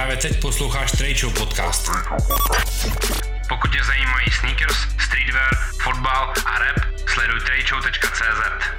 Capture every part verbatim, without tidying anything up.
Právě teď posloucháš Trade Show podcast. Pokud tě zajímají sneakers, streetwear, fotbal a rap, sleduj trade show tečka cé zet.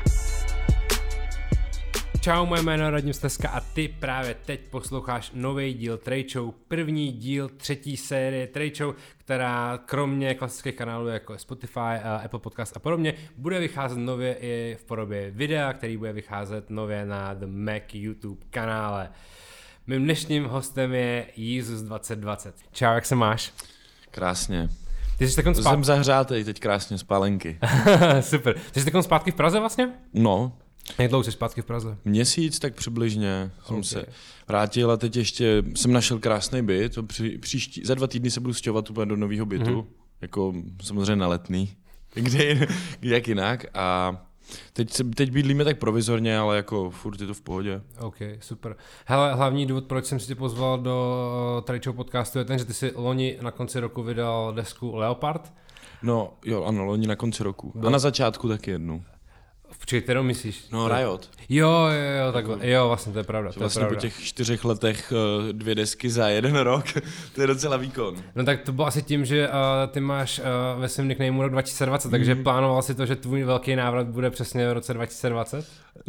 Čau, moje jméno je Radim Steska a ty právě teď posloucháš nový díl Trade Show, první díl třetí série Trade Show, která kromě klasických kanálů jako je Spotify, Apple Podcast a podobně, bude vycházet nově i v podobě videa, který bude vycházet nově na The Mac YouTube kanále. Mým dnešním hostem je Jesus dvacet dvacet. Čau, jak se máš? Krásně. Ty jsi takon zpátky. Jsem zahřátej teď krásně z pálenky. Super. Ty jsi takon zpátky v Praze vlastně? No. Jak dlouho jsi zpátky v Praze? Měsíc tak přibližně jsem Okay. se vrátil a teď ještě jsem našel krásný byt. Při, příští, za dva týdny se budu stěhovat úplně do nového bytu. Mm-hmm. Jako samozřejmě na Letný. Kde, jak jinak. A teď, teď bydlíme tak provizorně, ale jako furt je to v pohodě. OK, super. Hele, hlavní důvod, proč jsem si tě pozval do Trade Show podcastu je ten, že ty si loni na konci roku vydal desku Leopard. No jo, ano, loni na konci roku. A na začátku taky jednu. Počkej, kterou myslíš? No Riot. Jo, jo, jo, takhle. Jo, vlastně to je pravda. To vlastně je pravda. Po těch čtyřech letech dvě desky za jeden rok, to je docela výkon. No tak to bylo asi tím, že uh, ty máš uh, ve svém nicknameu rok dva tisíce dvacet, mm. takže plánoval si to, že tvůj velký návrat bude přesně v roce dva tisíce dvacet?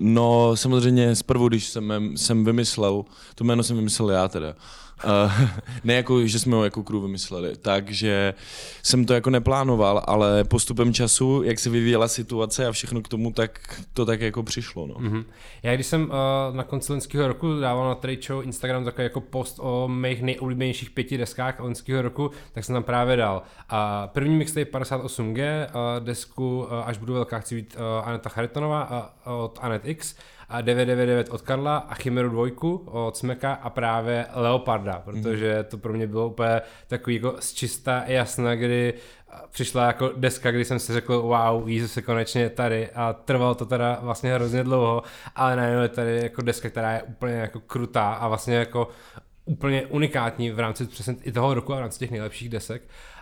No samozřejmě zprvu, když jsem, jsem vymyslel, to jméno jsem vymyslel já teda, Uh, ne jako, že jsme ho jako crew vymysleli, takže jsem to jako neplánoval, ale postupem času, jak se vyvíjela situace a všechno k tomu, tak to tak jako přišlo. No. Mm-hmm. Já když jsem uh, na konci loňského roku dával na Trade Show Instagram takový jako post o mých nejoblíbenějších pěti deskách loňského roku, tak jsem tam právě dal. A první mixtape padesát osm gé, uh, desku uh, Až budu velká chci být uh, Aneta Charitonova uh, od Anet X, a devět set devadesát devět od Karla a Chimeru dvojku od Smeka a právě Leoparda, protože to pro mě bylo úplně takový jako zčista jasná, kdy přišla jako deska, kdy jsem si řekl wow, Jesus je konečně tady a trvalo to teda vlastně hrozně dlouho, ale najednou je tady jako deska, která je úplně jako krutá a vlastně jako úplně unikátní v rámci přesně i toho roku a v rámci těch nejlepších desek.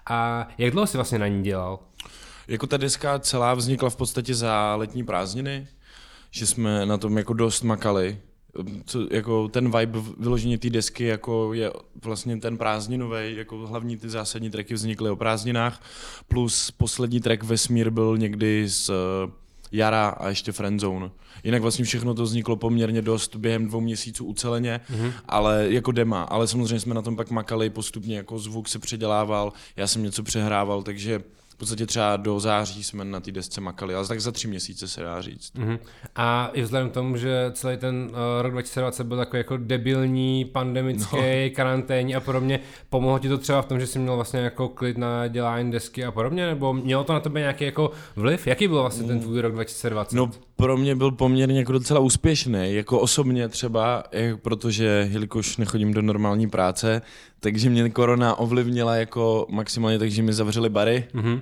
A jak dlouho jsi vlastně na ní dělal? Jako ta deska celá vznikla v podstatě za letní prázdniny, že jsme na tom jako dost makali. Co, jako ten vibe vyloženě té desky jako je vlastně ten prázdninový, jako hlavní ty zásadní tracky vznikly o prázdninách, plus poslední track Vesmír byl někdy z uh, jara a ještě Friendzone. Jinak vlastně všechno to vzniklo poměrně dost během dvou měsíců uceleně, mm-hmm. ale jako dema, ale samozřejmě jsme na tom pak makali postupně, jako zvuk se předělával, já jsem něco přehrával, takže v podstatě třeba do září jsme na té desce makali, ale tak za tři měsíce se dá říct. Mm-hmm. A i vzhledem k tomu, že celý ten uh, rok dva tisíce dvacet byl takový jako debilní, pandemický, no. karanténní a podobně, pomohlo ti to třeba v tom, že jsi měl vlastně jako klid na dělání desky a podobně, nebo mělo to na tebe nějaký jako vliv? Jaký byl vlastně ten tvůj rok dva tisíce dvacet? No pro mě byl poměrně jako docela úspěšný, jako osobně třeba, jak, protože jelikož nechodím do normální práce, takže mě korona ovlivnila jako maximálně, takže mi zavřeli bary. Mm-hmm.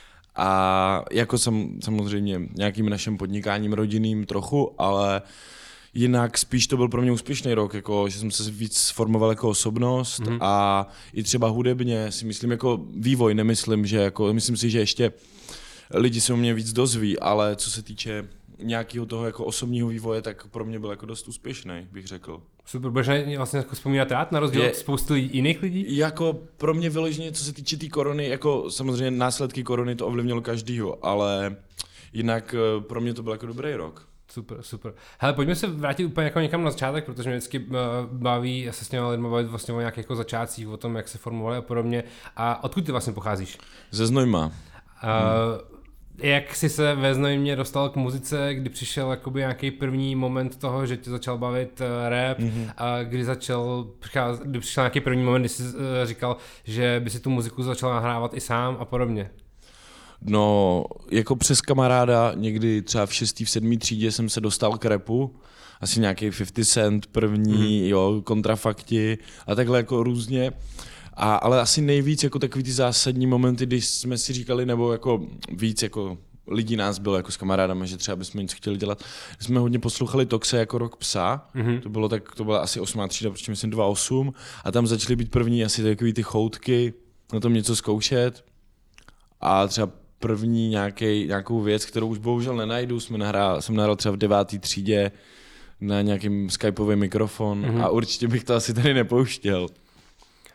A jako sam, samozřejmě nějakým naším podnikáním rodinným trochu, ale jinak spíš to byl pro mě úspěšný rok, jako, že jsem se víc formoval jako osobnost mm-hmm. a i třeba hudebně si myslím jako vývoj, nemyslím, že jako, myslím si, že ještě lidi se o mě víc dozví, ale co se týče nějakého toho jako osobního vývoje, tak pro mě byl jako dost úspěšný, bych řekl. Super, budeš vlastně jako vzpomínat rád na rozdíl od spousty jiných lidí? Jako pro mě vyloženě, co se týče té korony, jako samozřejmě následky korony to ovlivnilo každýho, ale jinak pro mě to byl jako dobrý rok. Super, super. Hele, pojďme se vrátit úplně jako někam na začátek, protože mě vždycky baví se s těma lidma bavit vlastně o nějakých jako začátcích, o tom, jak se formovali a podobně. A odkud ty vlastně pocházíš? Ze Znojma. Uh, hmm. Jak jsi se ve Znojmě dostal k muzice, kdy přišel jakoby nějaký první moment toho, že tě začal bavit rap, mm-hmm. a kdy začal, kdy přišel nějaký první moment, kdy jsi říkal, že by si tu muziku začal nahrávat i sám a podobně? No, jako přes kamaráda, někdy třeba v šestý, v sedmý třídě jsem se dostal k rapu, asi nějaký padesát Cent první, mm. jo, kontrafakti a takhle jako různě. A, ale asi nejvíc jako takový ty zásadní momenty, když jsme si říkali, nebo jako víc jako lidí nás bylo jako s kamarádama, že třeba bychom něco chtěli dělat. Jsme hodně poslouchali Toxe jako Rok psa, mm-hmm. to bylo tak, to byla asi osmá třída, protože myslím dva osm a tam začaly být první asi takový ty choutky, na tom něco zkoušet a třeba první nějaký, nějakou věc, kterou už bohužel nenajdu, jsme nahrál, jsem nahrál třeba v deváté třídě na nějakým skypový mikrofon mm-hmm. a určitě bych to asi tady nepouštěl.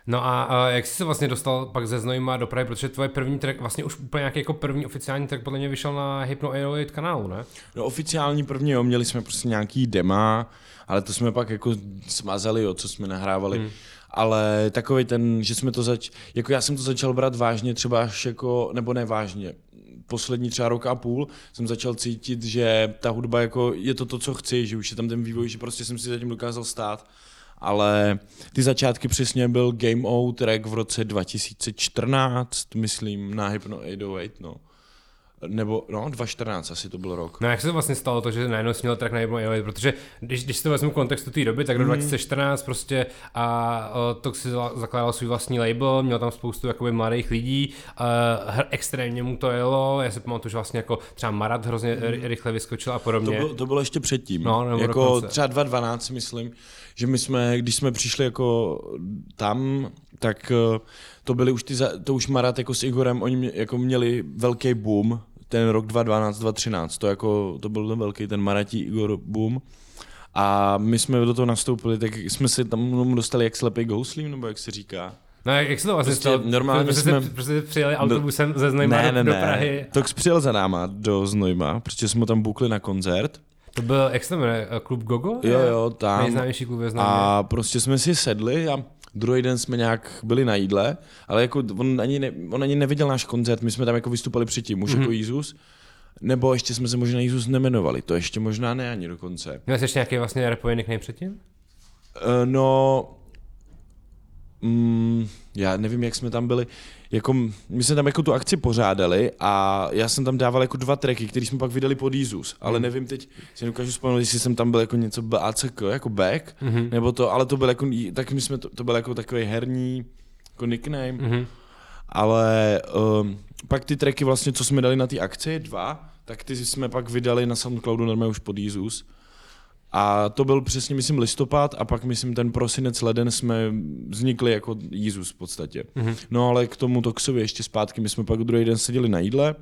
No a, a jak jsi se vlastně dostal pak ze Znojma do Prahy, protože tvoje první track, vlastně už úplně nějaký jako první oficiální track podle mě vyšel na Hypno osm set osm kanálu, ne? No oficiální první, jo, měli jsme prostě nějaký dema, ale to jsme pak jako smazali, jo, co jsme nahrávali. Hmm. Ale takový ten, že jsme to zač... Jako já jsem to začal brát vážně třeba až jako, nebo ne vážně, poslední třeba rok a půl jsem začal cítit, že ta hudba jako je to to, co chci, že už je tam ten vývoj, že prostě jsem si zatím dokázal stát. Ale ty začátky přesně byl Game O track v roce dva tisíce čtrnáct, myslím, na Hypno osm set osm, no. Nebo, no, dva tisíce čtrnáct asi to byl rok. No jak se to vlastně stalo to, že najednou jsi měl track na Hypno osm set osm, protože když, když si to vezmu v kontextu té doby, tak do mm. dva tisíce čtrnáct prostě a to si zakládal svůj vlastní label, měl tam spoustu jakoby mladých lidí, uh, extrémně mu to jelo, já si pamatuju, že vlastně jako třeba Marat hrozně mm. rychle vyskočil a podobně. To bylo, to bylo ještě předtím, no, jako dokonce. Třeba dva tisíce dvanáct myslím, že my jsme, když jsme přišli jako tam, tak to byly už ty, to už Marat jako s Igorem, oni jako měli velký boom, ten rok dva tisíce dvanáct dva tisíce třináct, to jako, to byl velký ten Maratí Igor boom. A my jsme do toho nastoupili, tak jsme se tam dostali jak slepý gouslím, nebo jak se říká. No jak se to vlastně prostě stalo? Normálně prostě jsme... Prostě přijeli autobusem do... ze Znojma ne, ne, do ne. Prahy. Tox přijel za náma do Znojma, protože jsme tam bukli na koncert. To byl, jak se to jmenuje, klub Gogo? Jo, jo, tam. Nejznámější klub ve Znojmě. A prostě jsme si sedli a druhý den jsme nějak byli na jídle, ale jako on ani, ne, on ani neviděl náš koncert, my jsme tam jako vystupali předtím, už mm-hmm. jako Jízus. Nebo ještě jsme se možná Jízus nemenovali, to ještě možná ne ani dokonce. Měl jsi ještě nějaký vlastně rapový nickname předtím? Uh, no, mm, já nevím, jak jsme tam byli, jako, my jsme tam jako tu akci pořádali a já jsem tam dával jako dva tracky, které jsme pak vydali pod Jízus, ale nevím teď, si nedokážu vzpomenout, jestli jsem tam byl jako něco B A C K, jako back, mm-hmm. nebo to, ale to byl jako, tak my jsme to, to byl jako takový herní jako nickname, mm-hmm. ale um, pak ty tracky vlastně, co jsme dali na ty akci, dva, tak ty jsme pak vydali na Soundcloudu normálně už pod Jízus. A to byl přesně, myslím, listopad a pak, myslím, ten prosinec, leden jsme vznikli jako Jízus v podstatě. Mm-hmm. No ale k tomu Toxovi ještě zpátky, my jsme pak druhý den seděli na jídle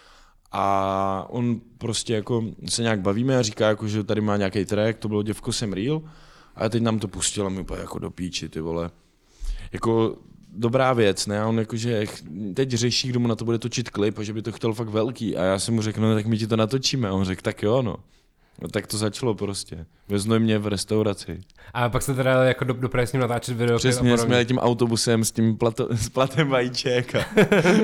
a on prostě jako se nějak bavíme a říká, jako, že tady má nějaký track, to bylo Děvko jsem real a teď nám to pustil a my úplně jako do píči, ty vole. Jako dobrá věc, ne? A on jakože teď řeší, kdo mu na to bude točit klip a že by to chtěl fakt velký a já jsem mu řekl, no tak my ti to natočíme a on řekl, tak jo, no. No tak to začalo prostě. Ve Znojmě v restauraci. A pak se teda jako do, do Prahy s ním natáčet video. Přesně, jsme jeli tím autobusem s tím plato, s platem vajíček. A...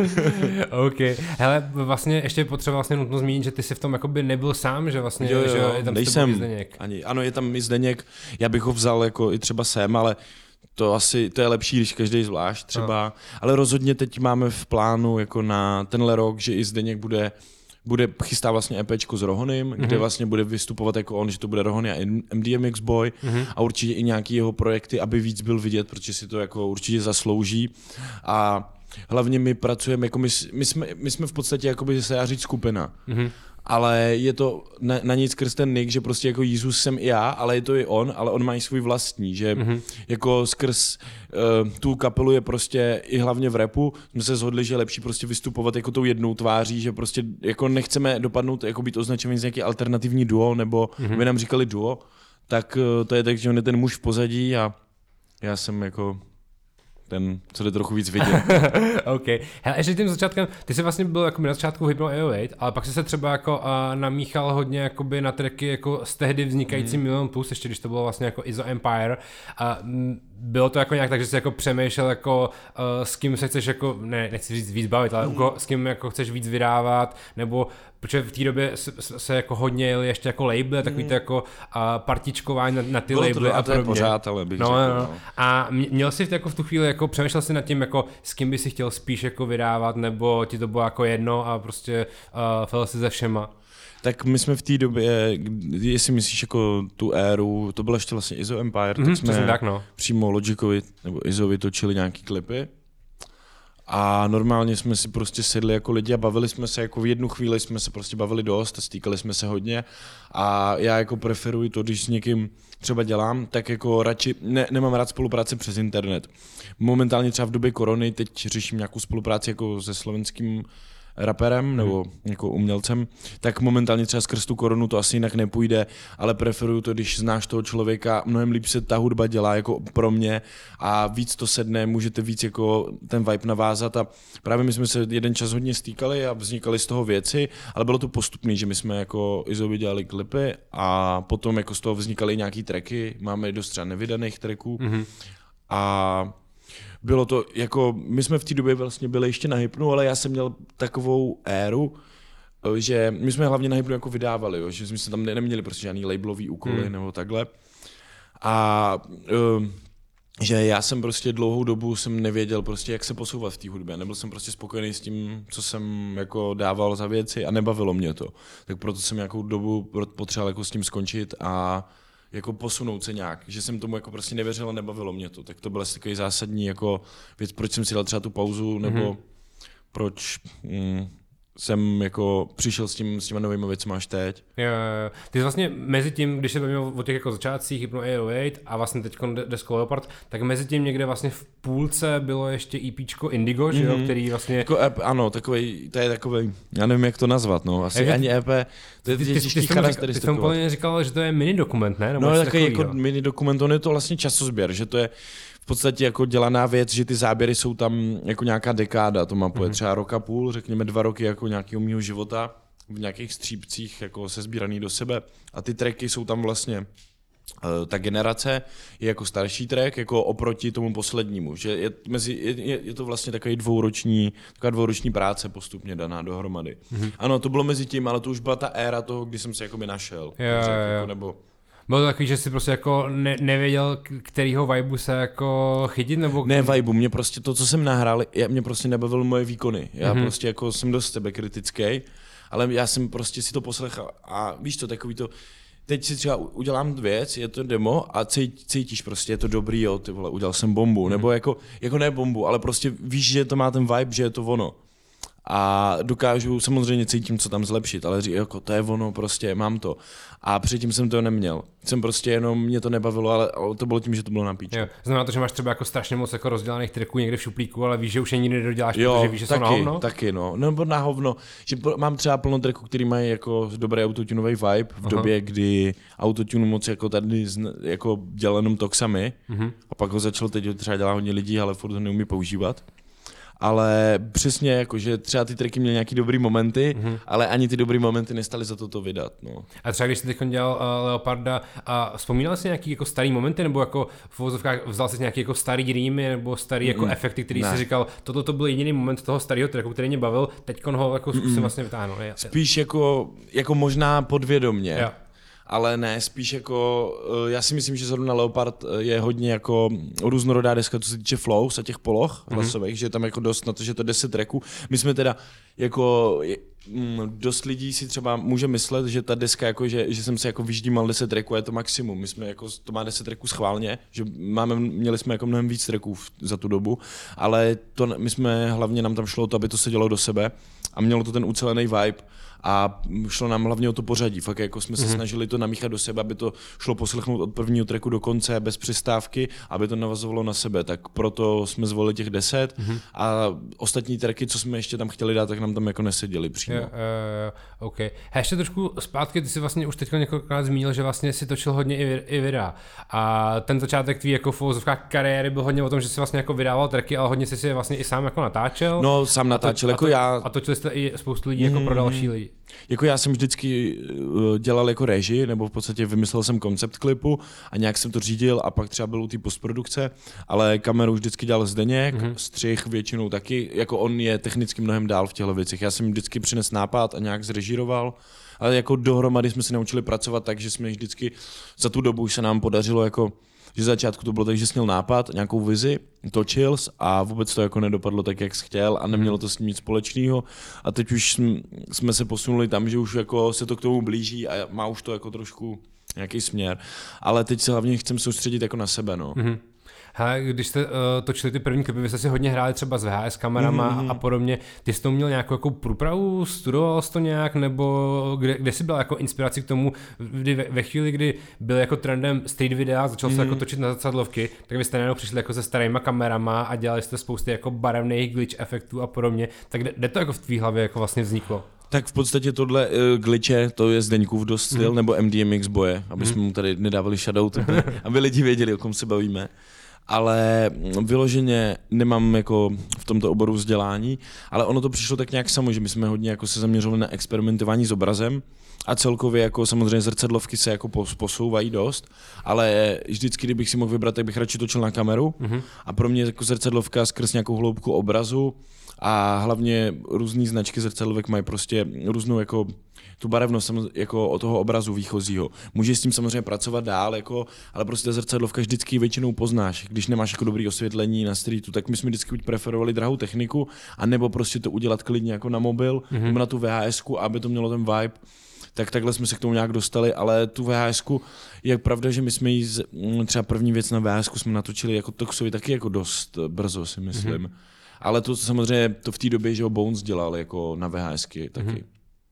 OK. Hele, vlastně ještě potřeba vlastně nutno zmínit, že ty jsi v tom jakoby nebyl sám, že vlastně jo, jo, že je tam nejsem, s tebou Zdeněk. Ani, ano, je tam i Zdeněk. Já bych ho vzal jako i třeba sem, ale to asi, to je lepší, když každý zvlášť třeba. No. Ale rozhodně teď máme v plánu jako na tenhle rok, že i Zdeněk bude bude chystá vlastně EPčko s Rohonym, mm-hmm. kde vlastně bude vystupovat jako on, že to bude Rohony a M D M X Boy mm-hmm. a určitě i nějaký jeho projekty, aby víc byl vidět, protože si to jako určitě zaslouží. A hlavně my pracujeme, jako my, my, jsme, my jsme v podstatě jakoby se dá říct skupina. Mm-hmm. Ale je to na, na nic skrz ten nick, že prostě jako Jízus jsem i já, ale je to i on, ale on má i svůj vlastní, že mm-hmm. jako skrz uh, tu kapelu je prostě i hlavně v rapu, jsme se shodli, že je lepší prostě vystupovat jako tou jednou tváří, že prostě jako nechceme dopadnout, jako být označený z nějaký alternativní duo, nebo mm-hmm. by nám říkali duo, tak uh, to je tak, že on je ten muž v pozadí a já jsem jako... ten, co jde trochu víc vidět. OK. Hele, ještě tím začátkem, ty jsi vlastně byl jako na začátku Hypno osm set osm, ale pak jsi se třeba jako uh, namíchal hodně jakoby na tracky jako z tehdy vznikající mm. Milion Plus, ještě když to bylo vlastně jako Izo Empire. A m, bylo to jako nějak tak, že jsi jako přemýšlel jako uh, s kým se chceš jako, ne, nechci říct víc bavit, ale mm. s kým jako chceš víc vydávat, nebo protože v té době se, se jako hodně jeli ještě jako label, takový to jako uh, partičkování na, na ty bylo labely to, a to je pořád, ale bych no, řekl. No. No. A měl jsi jako v tu chvíli jako přemýšlel jsi nad tím jako s kým by si chtěl spíš jako vydávat, nebo ti to bylo jako jedno a prostě uh, fel si ze všema? Tak my jsme v té době, jestli myslíš jako tu éru, to bylo ještě vlastně Izo Empire, mm-hmm, tak jsme tak, no. přímo Logicovi nebo Izovi točili nějaký klipy. A normálně jsme si prostě sedli jako lidi a bavili jsme se, jako v jednu chvíli jsme se prostě bavili dost a stýkali jsme se hodně a já jako preferuji to, když s někým třeba dělám, tak jako radši, ne, nemám rád spolupráci přes internet. Momentálně třeba v době korony teď řeším nějakou spolupráci jako se slovenským raperem nebo jako umělcem, tak momentálně třeba skrz tu korunu to asi jinak nepůjde, ale preferuju to, když znáš toho člověka, mnohem líp se ta hudba dělá jako pro mě a víc to sedne, můžete víc jako ten vibe navázat a právě my jsme se jeden čas hodně stýkali a vznikaly z toho věci, ale bylo to postupný, že my jsme jako Izovi dělali klipy a potom jako z toho vznikaly nějaký tracky, máme dost třeba nevydaných tracků mm-hmm. a bylo to jako, my jsme v té době vlastně byli ještě na Hypnu, ale já jsem měl takovou éru, že my jsme hlavně na Hypnu jako vydávali, jo, že jsme se tam neměli prostě žádný labelový úkoly hmm. nebo takhle. A um, že já jsem prostě dlouhou dobu jsem nevěděl prostě, jak se posouvat v té hudbě. Nebyl jsem prostě spokojený s tím, co jsem jako dával za věci a nebavilo mě to. Tak proto jsem nějakou dobu potřeboval jako s tím skončit a jako posunout se nějak, že jsem tomu jako prostě nevěřil a nebavilo mě to. Tak to byl asi takový zásadní jako věc, proč jsem si dal třeba tu pauzu, nebo mm-hmm. proč mm, jsem jako přišel s, tím, s těma novými věcmi až teď. Jo, jo. Ty vlastně mezi tím, když se bavíme o těch jako začátcích Hypno osm set osm a vlastně teď desko Leopard, tak mezi tím někde vlastně v půlce bylo ještě EPčko Indigo, že jo, mm-hmm. který vlastně... Jako E P, ano, takovej, to je takovej, já nevím, jak to nazvat, no, asi je, ani E P, to je těžký charakteristikou. Ty jsi tomu plně říkal, že to je mini dokument, ne? Nebo no, takový jako mini dokument, on je to vlastně časozběr, že to je v podstatě jako dělaná věc, že ty záběry jsou tam jako nějaká dekáda, to mapuje mm-hmm. třeba rok a půl, řekněme dva roky jako nějakého mýho života v nějakých střípcích jako sesbíraný do sebe a ty tracky jsou tam vlastně ta generace je jako starší track, jako oproti tomu poslednímu, že je, mezi, je, je to vlastně takový dvouroční, taková dvouroční práce postupně daná dohromady. Mm-hmm. Ano, to bylo mezi tím, ale to už byla ta éra toho, kdy jsem se jakoby našel. Jo, řek, jo. Jako, nebo... Bylo to takový, že jsi prostě jako ne, nevěděl, kterýho vibu se jako chytit, nebo... Ne vibu, mě prostě to, co jsem nahrál, mě prostě nebavilo moje výkony. Já mm-hmm. prostě jako jsem dost sebekritický, ale já jsem prostě si to poslechal a víš to, takový to, teď si třeba udělám věc, je to demo a cítíš prostě, je to dobrý, jo, ty vole, udělal jsem bombu, mm-hmm. nebo jako, jako ne bombu, ale prostě víš, že to má ten vibe, že je to ono. A dokážu, samozřejmě cítím, co tam zlepšit, ale říct, jako to je ono, prostě mám to. A předtím jsem to neměl. Jsem prostě jenom, mě to nebavilo, ale, ale to bylo tím, že to bylo na píčku. Znamená to, že máš třeba jako strašně moc jako rozdělaných tracků někde v šuplíku, ale víš, že už je nikdy nedoděláš, jo, protože víš, že taky, jsou na hovno? taky, no. Nebo na hovno. Že mám třeba plno tracků, který mají jako dobrý autotunový vibe v Aha. době, kdy autotune moc jako tady jako dělal jenom toxami uh-huh. a pak ho začal teď třeba dělat hodně lidí, ale furt ho neumí používat. Ale přesně jako, že třeba ty tracky měly nějaký dobrý momenty, mm-hmm. ale ani ty dobrý momenty nestaly za to to vydat. No. A třeba když jsi teď dělal uh, Leoparda, a vzpomínal jsi nějaký jako starý momenty, nebo jako v uvozovkách vzal jsi nějaký jako starý rýmy, nebo starý mm-hmm. jako efekty, který ne. jsi říkal, toto to byl jediný moment toho starého tracku, který mě bavil, teďkon ho jako zkusím mm-hmm. vlastně vytáhnout. Spíš jako, jako možná podvědomě. Jo. Ale ne, spíš jako, já si myslím, že zrovna Leopard je hodně jako různorodá deska, co se týče flows a těch poloh mm-hmm. hlasových, že je tam jako dost na to, že to deset tracků. My jsme teda jako, dost lidí si třeba může myslet, že ta deska jako, že, že jsem si jako vyždímal deset tracků a je to maximum. My jsme jako, to má deset tracků schválně, že máme, měli jsme jako mnohem víc tracků za tu dobu, ale to, my jsme hlavně, nám tam šlo to, aby to se dělo do sebe a mělo to ten ucelený vibe. A šlo nám hlavně o to pořadí, fakt jako jsme se mm-hmm. snažili to namíchat do sebe, aby to šlo poslechnout od prvního tracku do konce bez přestávky, aby to navazovalo na sebe, tak proto jsme zvolili těch deset mm-hmm. a ostatní tracky, co jsme ještě tam chtěli dát, tak nám tam jako neseděli přímo. Jo, uh, OK. A ještě trošku zpátky, ty jsi vlastně už teď několikrát zmínil, že vlastně si točil hodně i, i videa a ten začátek tvý jako v uvozovkách kariéry byl hodně o tom, že jsi vlastně jako vydával tracky, ale hodně jsi si vlastně i sám jako natáčel. No, sám natáčel, a to, jako a to, já. A točili jste i spoustu lidí jako mm-hmm. pro další lidi. Jako já jsem vždycky dělal jako režii, nebo v podstatě vymyslel jsem koncept klipu a nějak jsem to řídil a pak třeba byl u té postprodukce, ale kameru vždycky dělal Zdeněk, mm-hmm. střih většinou taky, jako on je technicky mnohem dál v těchto věcech. Já jsem vždycky přines nápad a nějak zrežíroval, ale jako dohromady jsme se naučili pracovat tak, že jsme vždycky za tu dobu už se nám podařilo jako že začátku to bylo tak, že jsi měl nápad, nějakou vizi, točil a vůbec to jako nedopadlo tak, jak jsi chtěl a nemělo to s ním nic společného a teď už jsme se posunuli tam, že už jako se to k tomu blíží a má už to jako trošku nějaký směr, ale teď se hlavně chcem soustředit jako na sebe, no. Mm-hmm. Hele, když jste uh, točili ty první klipy, vy jste si hodně hráli třeba s V H S kamerama mm-hmm. a podobně, ty jsi to měl nějakou jako průpravu, studoval jsi to nějak, nebo kde, kde jsi byl jako inspirací k tomu, kdy ve, ve chvíli, kdy byl jako trendem street videa, začal mm-hmm. se jako točit na zrcadlovky, tak vy jste najednou přišli jako se starýma kamerama a dělali jste spousty jako barevných glitch efektů a podobně, tak kde, kde to jako v tvý hlavě jako vlastně vzniklo? Tak v podstatě tohle uh, glitche, to je Zdeňkův dost styl, mm. nebo M D M X boje, aby mm. jsme mu tady nedávali shoutout, aby lidi věděli, o kom se bavíme. Ale vyloženě nemám jako v tomto oboru vzdělání, ale ono to přišlo tak nějak samo, že my jsme hodně jako se zaměřovali na experimentování s obrazem a celkově jako samozřejmě zrcadlovky se jako posouvají dost, ale vždycky, kdybych si mohl vybrat, tak bych radši točil na kameru mm-hmm. a pro mě jako zrcadlovka skrz nějakou hloubku obrazu a hlavně různý značky zrcadlovek mají prostě různou jako tu barevnost jako od toho obrazu výchozího. Můžeš s tím samozřejmě pracovat dál, jako, ale prostě ta zrcadlovka vždycky většinou poznáš. Když nemáš jako dobrý osvětlení na streetu, tak my jsme vždycky buď preferovali drahou techniku, anebo prostě to udělat klidně jako na mobil, mm-hmm. nebo na tu V H S ku, aby to mělo ten vibe. Tak takhle jsme se k tomu nějak dostali, ale tu V H S ku je pravda, že my jsme jí z, třeba první věc na V H S ku jsme natočili jako Toxovi taky jako dost brzo, si myslím. Mm-hmm. Ale to samozřejmě to v té době, že ho Bones dělal jako na V H S ky taky. Mm-hmm.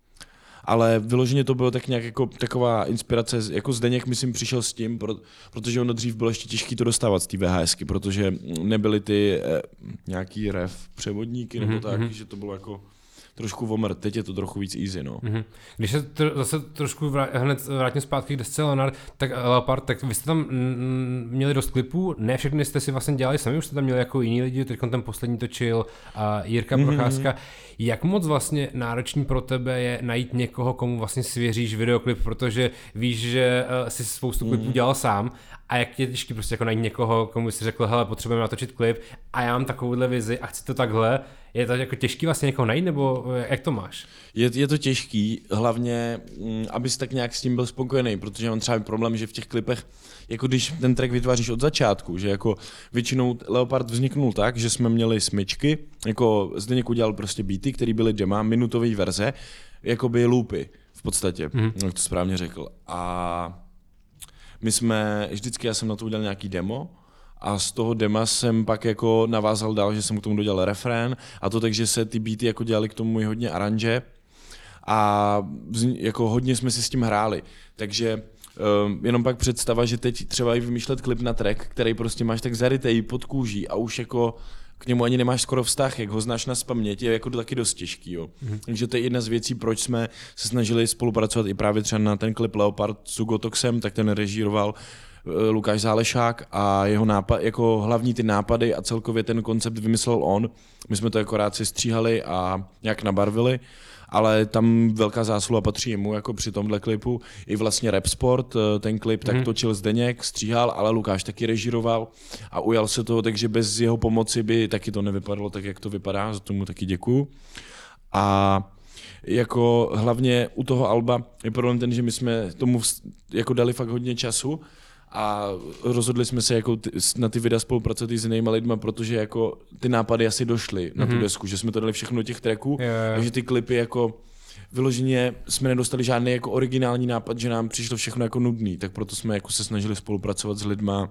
Ale vyloženě to bylo tak nějak jako taková inspirace, jako Zdeněk myslím přišel s tím, pro, protože ono dřív bylo ještě těžké to dostávat z té VHSky, protože nebyly ty eh, nějaký ref převodníky nebo mm-hmm. tak, že to bylo jako trošku vomr, teď je to trochu víc easy, no. Mm-hmm. Když se tr- zase trošku vrát, hned vrátím zpátky k desce Leonard, tak Leopard, tak vy jste tam mm, měli dost klipů, ne všechny jste si vlastně dělali sami, už jste tam měli jako jiní lidi, teď ten poslední točil uh, Jirka mm-hmm. Procházka. Jak moc vlastně náročný pro tebe je najít někoho, komu vlastně svěříš videoklip, protože víš, že uh, jsi spoustu klipů mm-hmm. dělal sám a jak je těžký prostě jako najít někoho, komu jsi řekl, hele, potřebujeme natočit klip a já mám takovouhle vizi a chci to takhle. Je to jako těžký vlastně někoho najít, nebo jak to máš? Je, je to těžký, hlavně, m, abys tak nějak s tím byl spokojený, protože mám třeba problém, že v těch klipech, jako když ten track vytváříš od začátku, že jako většinou Leopard vzniknul tak, že jsme měli smyčky, jako Zdeněk udělal prostě beaty, které byly dema, minutové verze, jako by loopy v podstatě, mm. jak to správně řekl. A my jsme, vždycky já jsem na to udělal nějaký demo, a z toho dema jsem pak jako navázal dál, že jsem k tomu dodělal refrén a to takže se ty beaty jako dělali k tomu i hodně aranže a jako hodně jsme si s tím hráli. Takže um, jenom pak představa, že teď třeba i vymýšlet klip na track, který prostě máš tak zarytej pod kůží a už jako k němu ani nemáš skoro vztah, jak ho znáš na spaměť, je jako taky dost těžký. Jo. Mm-hmm. Takže to je jedna z věcí, proč jsme se snažili spolupracovat i právě třeba na ten klip Leopard s Gotoxem, tak ten režíroval Lukáš Zálešák a jeho nápad, jako hlavní ty nápady a celkově ten koncept vymyslel on. My jsme to jako rád si stříhali a nějak nabarvili, ale tam velká zásluha patří jemu jako při tomhle klipu. I vlastně Rap Sport, ten klip mm. tak točil Zdeněk, stříhal, ale Lukáš taky režíroval a ujal se toho, takže bez jeho pomoci by taky to nevypadalo tak, jak to vypadá, za tomu taky děkuju. A jako hlavně u toho alba je problém ten, že my jsme tomu jako dali fakt hodně času, a rozhodli jsme se jako ty, na ty videa spolupracovat i s jinýma lidma, protože jako ty nápady asi došly mm-hmm. na tu desku, že jsme to dali všechno do těch tracků, yeah. takže ty klipy jako vyloženě jsme nedostali žádný jako originální nápad, že nám přišlo všechno jako nudný, tak proto jsme jako se snažili spolupracovat s lidma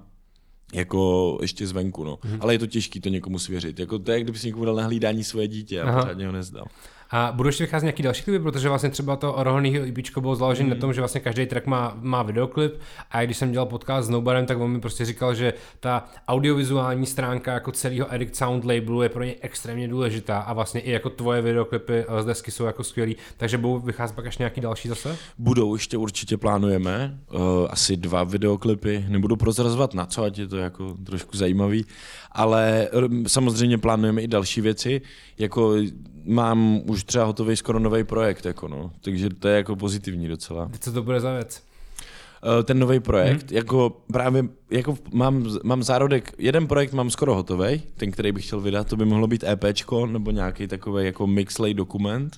jako ještě zvenku, no. Mm-hmm. Ale je to těžký to někomu svěřit, jako to je, kdyby si někomu dal na hlídání svoje dítě a pořádně ho nezdal. A budou ještě vycházet nějaký další klipy, protože vlastně třeba to Rohohnýho EPčko bylo založené mm. na tom, že vlastně každý track má, má videoklip a když jsem dělal podcast s Nobarem, tak on mi prostě říkal, že ta audiovizuální stránka jako celého Addict Sound labelu je pro ně extrémně důležitá a vlastně i jako tvoje videoklipy z desky jsou jako skvělý, takže budou vycházet pak ještě nějaký další zase? Budou, ještě určitě plánujeme, uh, asi dva videoklipy, nebudu prozrazovat na co, ať je to jako trošku zajímavý, ale samozřejmě plánujeme i další věci, jako mám už třeba hotový skoro nový projekt, jako no, takže to je jako pozitivní docela. Co to bude za věc? Ten nový projekt, hmm. jako právě, jako mám, mám zárodek, jeden projekt mám skoro hotový, ten, který bych chtěl vydat, to by mohlo být EPčko, nebo nějaký takový jako mixlej dokument,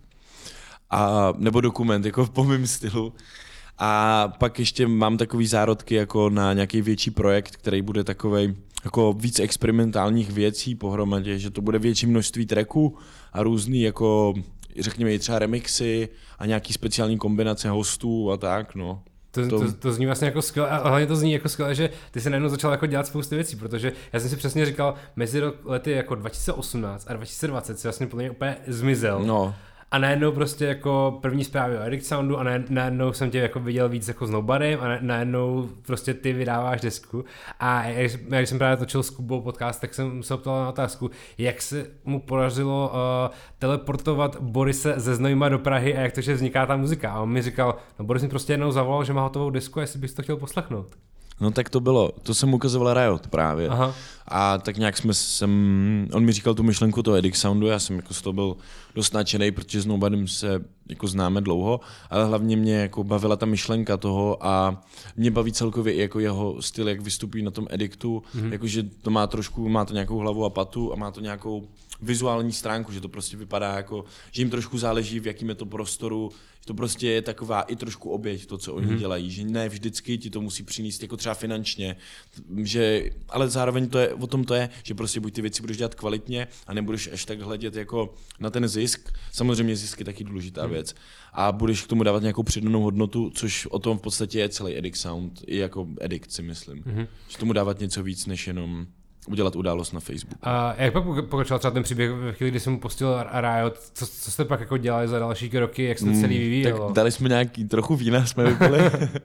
a, nebo dokument, jako po mém stylu. A pak ještě mám takový zárodky jako na nějaký větší projekt, který bude takovej jako víc experimentálních věcí pohromadě, že to bude větší množství tracků a různý jako, řekněme i třeba remixy a nějaký speciální kombinace hostů a tak, no. To, to, to zní vlastně jako skvěle, a hlavně to zní jako skvěle, že ty jsi najednou začal jako dělat spoustu věcí, protože já jsem si přesně říkal, mezi lety jako dva tisíce osmnáct a dva tisíce dvacet si vlastně plně úplně zmizel. No. A najednou prostě jako první zprávy o Edict Soundu a najednou jsem tě jako viděl víc jako s Nobarem a najednou prostě ty vydáváš desku. A jak, jak jsem právě točil s Kubou podcast, tak jsem se optal na otázku, jak se mu podařilo uh, teleportovat Borise ze Znojma do Prahy a jak to, že vzniká ta muzika. A on mi říkal, no Boris mi prostě jednou zavolal, že má hotovou desku a jestli bys to chtěl poslechnout. No tak to bylo, to jsem ukazoval Riot právě. Aha. A tak nějak jsme, jsem, on mi říkal tu myšlenku toho Edict Soundu, já jsem jako z toho byl dost nadšenej, protože s Nobodym se jako známe dlouho, ale hlavně mě jako bavila ta myšlenka toho a mě baví celkově i jako jeho styl, jak vystupí na tom Edictu, mm-hmm. jakože to má trošku, má to nějakou hlavu a patu a má to nějakou vizuální stránku, že to prostě vypadá jako, že jim trošku záleží, v jakým je to prostoru, to prostě je taková i trošku oběť, to, co oni mm-hmm. dělají, že ne vždycky ti to musí přinést jako třeba finančně, že, ale zároveň to je, o tom to je, že prostě buď ty věci budeš dělat kvalitně a nebudeš až tak hledět jako na ten zisk, samozřejmě zisk je taky důležitá mm. věc a budeš k tomu dávat nějakou přidanou hodnotu, což o tom v podstatě je celý Edict Sound, i jako Edict si myslím, mm-hmm. že tomu dávat něco víc, než jenom udělat událost na Facebooku. A jak pak pokračoval třeba ten příběh ve chvíli, kdy jsem mu pustil Riot, co, co jste pak jako dělali za další roky, jak se to celý vyvíjelo? Mm, tak dali jsme nějaký trochu vína, jsme vypili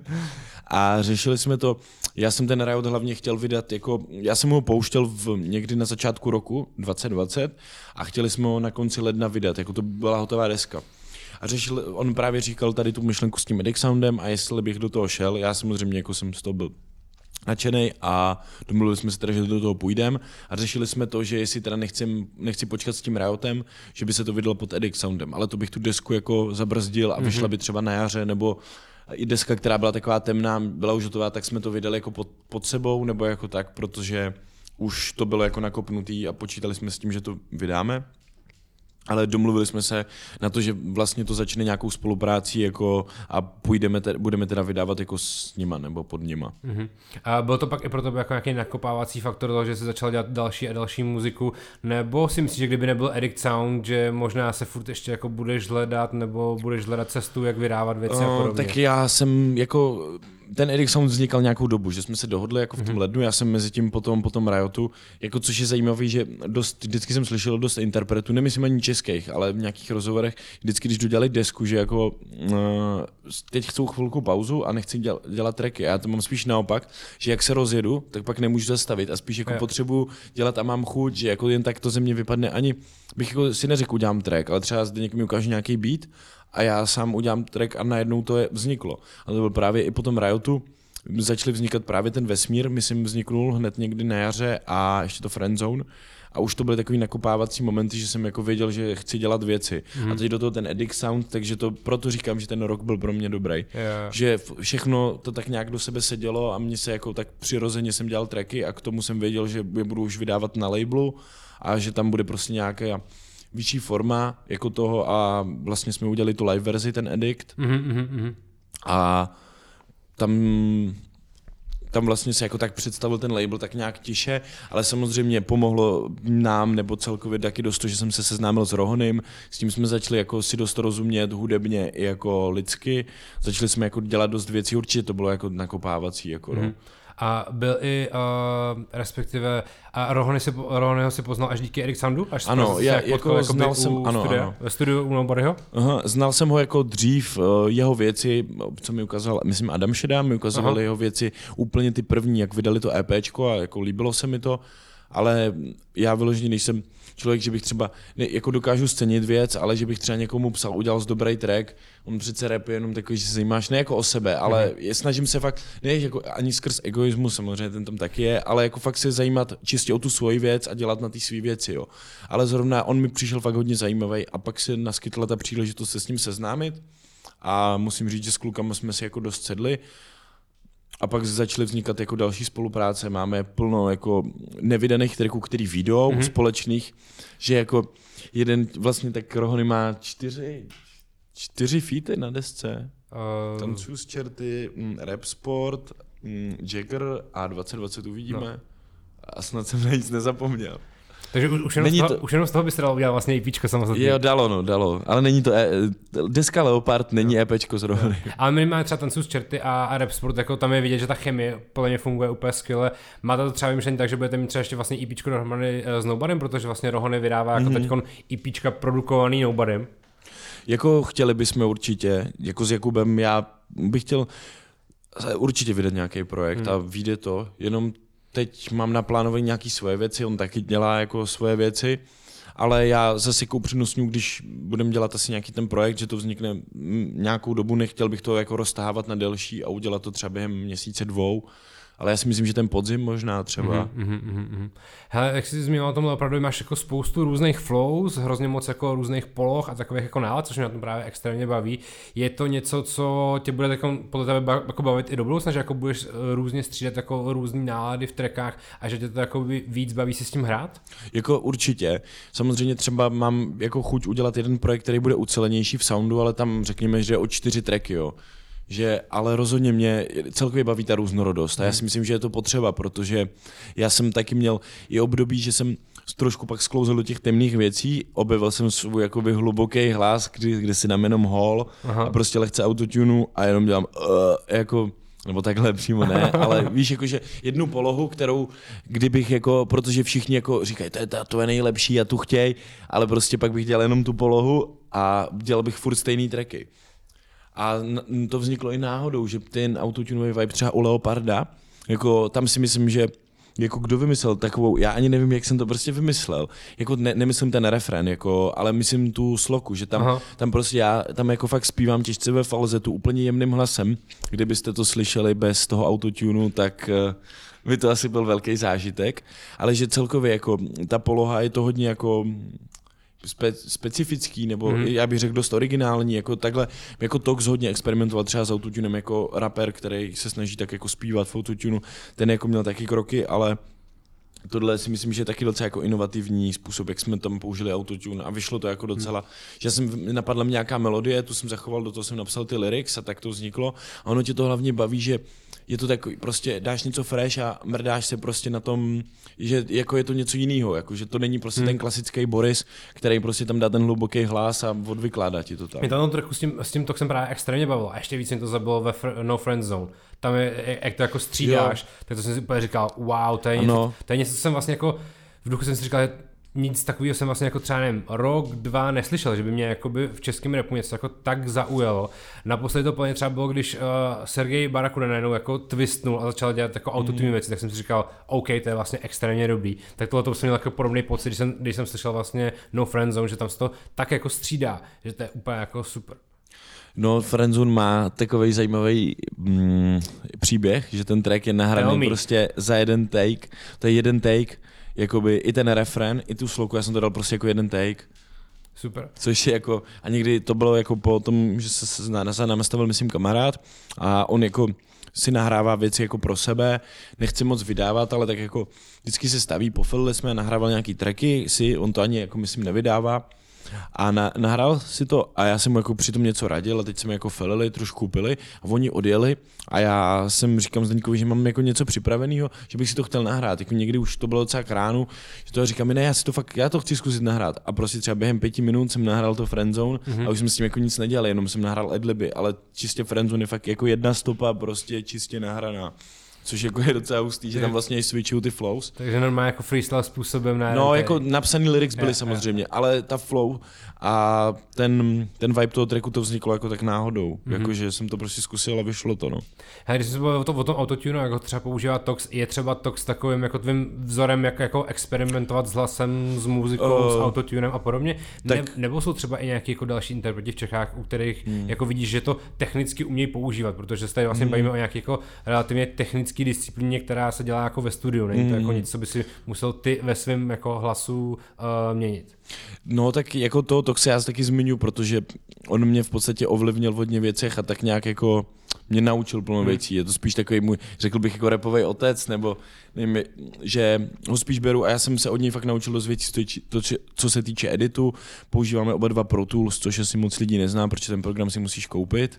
a řešili jsme to. Já jsem ten Riot hlavně chtěl vydat, jako, já jsem ho pouštěl v, někdy na začátku roku dvacet dvacet a chtěli jsme ho na konci ledna vydat, jako to byla hotová deska. A řešil, on právě říkal tady tu myšlenku s tím Edict Soundem a jestli bych do toho šel, já samozřejmě jako jsem z toho byl nadšenej a domluvili jsme se teda, že do toho půjdeme a řešili jsme to, že jestli teda nechci, nechci počkat s tím Riotem, že by se to vydalo pod Edict Soundem, ale to bych tu desku jako zabrzdil a vyšla by třeba na jaře, nebo i deska, která byla taková temná, byla už hotová, tak jsme to vydali jako pod, pod sebou, nebo jako tak, protože už to bylo jako nakopnutý a počítali jsme s tím, že to vydáme. Ale domluvili jsme se na to, že vlastně to začne nějakou spoluprácí jako a půjdeme te, budeme teda vydávat jako s nima nebo pod nima. Mm-hmm. A byl to pak i pro tebe jako nějaký nakopávací faktor toho, že jsi začal dělat další a další muziku, nebo si myslíš, že kdyby nebyl Edict Sound, že možná se furt ještě jako budeš hledat nebo budeš hledat cestu, jak vydávat věci uh, a podobně? Tak já jsem jako ten Edict Sound vznikal nějakou dobu, že jsme se dohodli jako v tom mm-hmm. lednu, já jsem mezi tím potom, potom Riotu, jako což je zajímavý, že dost, vždycky jsem slyšel dost interpretů, nemyslím ani českých, ale v nějakých rozhovorech, vždycky, když dodělali desku, že jako uh, teď chcou chvilku pauzu a nechci dělat, dělat tracky, já to mám spíš naopak, že jak se rozjedu, tak pak nemůžu zastavit a spíš jako potřebuji dělat a mám chuť, že jako jen tak to ze mě vypadne, ani bych jako si neřekl udělám track, ale třeba zde někdo mi ukáže nějaký beat, a já sám udělám track a najednou to je vzniklo. A to byl právě i po tom Riotu, začaly vznikat právě ten vesmír, myslím vzniknul hned někdy na jaře a ještě to Friendzone. A už to byly takový nakopávací momenty, že jsem jako věděl, že chci dělat věci. Mm. A teď do toho ten Edict Sound, takže to proto říkám, že ten rok byl pro mě dobrý. Yeah. Že všechno to tak nějak do sebe sedělo a mně se jako tak přirozeně jsem dělal tracky a k tomu jsem věděl, že je budu už vydávat na labelu a že tam bude prostě nějaká větší forma jako toho a vlastně jsme udělali tu live verzi, ten Edict. Mm-hmm. A tam, tam vlastně se jako tak představil ten label tak nějak tiše, ale samozřejmě pomohlo nám nebo celkově taky dost to, že jsem se seznámil s Rohonym, s tím jsme začali jako si dost rozumět hudebně i jako lidsky, začali jsme jako dělat dost věcí, určitě to bylo jako nakopávací. Jako, mm-hmm. no. A byl i, uh, respektive, a Rohony si, Rohonyho si poznal až díky Edict Soundu? Až ano, já jako, jako znal jsem, ano, studia, ano. Ve studiu u Nobodyho? Aha, znal jsem ho jako dřív, uh, jeho věci, co mi ukázal, myslím Adam Šedá, mi ukazoval jeho věci úplně ty první, jak vydali to EPčko a jako líbilo se mi to, ale já vyloženě nejsem člověk, že bych třeba, ne, jako dokážu scenit věc, ale že bych třeba někomu psal, udělal z dobrý track, on přece rap je jenom takový, že se zajímáš ne jako o sebe, ale mm. je, snažím se fakt, ne jako ani skrz egoismus, samozřejmě ten tam taky je, ale jako fakt se zajímat čistě o tu svoji věc a dělat na ty svý věci, jo. Ale zrovna on mi přišel fakt hodně zajímavý a pak se naskytla ta příležitost se s ním seznámit a musím říct, že s klukama jsme si jako dost sedli. A pak začaly vznikat jako další spolupráce, máme plno jako nevydaných tracků, který vyjdou, mm-hmm. společných, že jako jeden, vlastně tak Rohony má čtyři, čtyři featy na desce. Uh... Tancuju z čerty, mm, Rap Sport, mm, Jagger a dvacet dvacet uvidíme. No. A snad jsem na nic nezapomněl. Takže už jenom, z toho, to... už jenom z toho by se dalo udělat vlastně EPčko samozřejmě. Jo, dalo, no, dalo. Ale není to, e... deska Leopard není no. EPčko z Rohony. Ale minimálně třeba Tanců z čerty a, a Rap Sport, jako tam je vidět, že ta chemie plně funguje úplně skvěle. Máte to třeba vymyšlení tak, že budete mít třeba ještě vlastně EPčko dohromady s Nobodym, protože vlastně Rohony vydává jako mm-hmm. teďkon EPčka produkovaný Nobodym. Jako chtěli bychom určitě, jako s Jakubem, já bych chtěl určitě vydat nějaký projekt hmm. a vyjde to, jenom teď mám naplánované nějaké svoje věci, on taky dělá jako svoje věci, ale já zase jako upřednostňuji, když budeme dělat asi nějaký ten projekt, že to vznikne nějakou dobu, nechtěl bych to jako roztávat na delší a udělat to třeba během měsíce dvou, ale já si myslím, že ten podzim možná třeba. Mm-hmm, mm-hmm. Hele, jak jsi zmínil o tomhle, opravdu máš jako spoustu různých flows, hrozně moc jako různých poloh a takových jako nálad, což mě na tom právě extrémně baví. Je to něco, co tě bude jako, podle tebe jako bavit i do budoucna, že jako budeš různě střídat jako různý nálady v trackách a že tě to jako víc baví si s tím hrát? Jako určitě. Samozřejmě třeba mám jako chuť udělat jeden projekt, který bude ucelenější v soundu, ale tam řekněme, že o čtyři tracky, jo. Že, ale rozhodně mě celkově baví ta různorodost a já si myslím, že je to potřeba, protože já jsem taky měl i období, že jsem trošku pak sklouzl do těch temných věcí, objevil jsem svůj jakoby hluboký hlas, kdy, kdy si dám jenom hall Aha. a prostě lehce autotunu a jenom dělám uh, jako, nebo takhle přímo ne, ale víš, jakože jednu polohu, kterou kdybych jako, protože všichni jako říkají, to je, to je nejlepší a tu chtěj, ale prostě pak bych dělal jenom tu polohu a dělal bych furt stejný tracky. A to vzniklo i náhodou, že ten autotunový vibe třeba u Leoparda, jako tam si myslím, že jako kdo vymyslel takovou, já ani nevím, jak jsem to prostě vymyslel, jako ne, nemyslím ten refrén, jako, ale myslím tu sloku, že tam, tam prostě já tam jako fakt zpívám těžce ve falzetu úplně jemným hlasem, kdybyste to slyšeli bez toho autotunu, tak by to asi byl velký zážitek, ale že celkově jako ta poloha je to hodně jako Spe, specifický, nebo mm. já bych řekl dost originální, jako takhle, jako Tox hodně experimentoval třeba s autotunem jako rapper, který se snaží tak jako zpívat v autotunu, ten jako měl taky kroky, ale tohle si myslím, že je taky docela jako inovativní způsob, jak jsme tam použili autotune a vyšlo to jako docela, hmm. že jsem, napadla mě nějaká melodie, tu jsem zachoval, do toho jsem napsal ty lyrics a tak to vzniklo a ono tě to hlavně baví, že je to takový, prostě dáš něco fresh a mrdáš se prostě na tom, že jako je to něco jiného, jako že to není prostě hmm. ten klasický Boris, který prostě tam dá ten hluboký hlas a odvykládá ti to tam. Mě to trochu s tím, s tím Toxem právě extrémně bavilo a ještě víc mě to zabilo ve fr- No Friend Zone. Tam je, jak to jako střídáš, jo. tak to jsem si úplně říkal, wow, to je, něco, to je něco, co jsem vlastně jako, v duchu jsem si říkal, že nic takového jsem vlastně jako třeba nevím, rok, dva neslyšel, že by mě jakoby v českém rapu něco jako tak zaujalo. Naposledy to plně třeba bylo, když uh, Sergej Barakuda najednou jako twistnul a začal dělat jako autotune mm. věci, tak jsem si říkal, OK, to je vlastně extrémně dobrý. Tak tohle to jsem měl jako podobný pocit, když jsem, když jsem slyšel vlastně No Friend Zone, že tam se to tak jako střídá, že to je úplně jako super. No, Friendzone má takovej zajímavý mm, příběh, že ten track je nahraný prostě za jeden take, to je jeden take, jakoby i ten refrén, i tu sloku, já jsem to dal prostě jako jeden take. Super. Což je jako, a někdy to bylo jako po tom, že se na námi stavil, myslím, kamarád a on jako si nahrává věci jako pro sebe, nechce moc vydávat, ale tak jako vždycky se staví, pofilili jsme, nahrával nějaký tracky si, on to ani jako myslím nevydává. A na, nahrál si to a já jsem mu jako přitom něco radil a teď jsme jako felili, trošku koupili a oni odjeli a já jsem říkám Zdeňkovi, že mám jako něco připraveného, že bych si to chtěl nahrát, jako někdy už to bylo docela k ránu, že to říkám, ne, já si to fakt, já to chci zkusit nahrát a prostě třeba během pěti minut jsem nahrál to Friendzone mm-hmm. a už jsem s tím jako nic nedělal, jenom jsem nahrál adliby, ale čistě Friendzone je fakt jako jedna stopa prostě čistě nahraná. Což jako je docela hustý, že tam vlastně switchují ty flows. Takže normálně jako freestyle způsobem na... No, jako napsaný lyrics byly je, samozřejmě, je. ale ta flow a ten, ten vibe toho tracku to vzniklo jako tak náhodou. Mm-hmm. Jakože jsem to prostě zkusil a vyšlo to, no. Hele, když jsi se o, to, o tom autotune, jak ho třeba používá Tox, je třeba Tox takovým jako tvým vzorem, jak jako experimentovat s hlasem, s muzikou, uh, s autotunem a podobně? Tak... Ne, nebo jsou třeba i nějaký jako další interpreti v Čechách, u kterých mm. jako vidíš, že to technicky umějí používat, protože se tady vlastně mm. bavíme o nějaký jako relativně technický disciplíně, která se dělá jako ve studiu, není to mm. jako nic, co by si musel ty ve svém jako hlasu uh, měnit. No tak jako to, to se já taky zmiňuji, protože on mě v podstatě ovlivnil v hodně věcech a tak nějak jako mě naučil plno hmm. věcí. Je to spíš takový můj, řekl bych jako rapový otec, nebo nevím, že ho spíš beru a já jsem se od něj fakt naučil dost věcí, to, co se týče editu. Používáme oba dva Pro Tools, což asi moc lidí nezná, protože ten program si musíš koupit.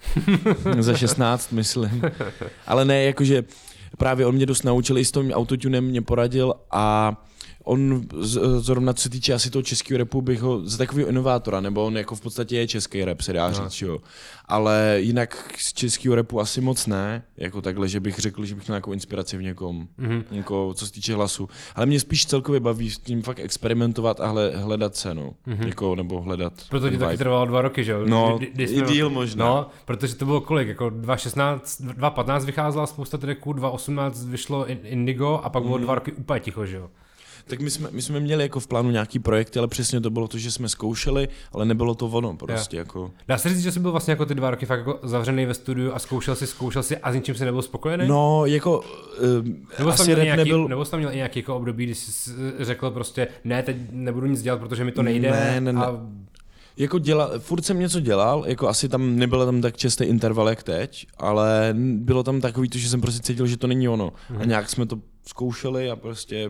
Za šestnáct, myslím. Ale ne, jakože právě on mě dost naučil, i s tím autotunem mě poradil a on z, zrovna co se týče asi toho českého rapu, bych ho za takového inovátora, nebo on jako v podstatě je český rap, se dá no. říct, jo. Ale jinak z českého rapu asi moc ne, jako takhle, že bych řekl, že bych měl nějakou inspiraci v někom, mm-hmm. jako, co se týče hlasu. Ale mě spíš celkově baví s tím fakt experimentovat a hledat se, no. Mm-hmm. Jako, nebo hledat. Proto ti taky trvalo dva roky, že jo? No, kdy, i díl možná. No, protože to bylo kolik, jako dva šestnáct, dva patnáct vycházela spousta tracků, dva osmnáct vyšlo Indigo a pak bylo mm. dva roky úplně ticho, že jo? Tak my jsme, my jsme měli jako v plánu nějaký projekty, ale přesně to bylo to, že jsme zkoušeli, ale nebylo to ono prostě. Jako. Dá se říct, že jsi byl vlastně jako ty dva roky fakt jako zavřený ve studiu a zkoušel si, zkoušel si a s ničím si nebyl spokojený? No, jako um, nebo asi rap nějaký, nebyl... Nebo jsi tam měl i nějaký jako období, kdy jsi řekl prostě ne, teď nebudu nic dělat, protože mi to nejde. Ne, ne, ne. A... Jako dělal, furt jsem něco dělal, jako asi tam nebylo tam tak častý interval jak teď, ale bylo tam takový to, že jsem prostě cítil, že to není ono. Mm. A nějak jsme to zkoušeli a prostě...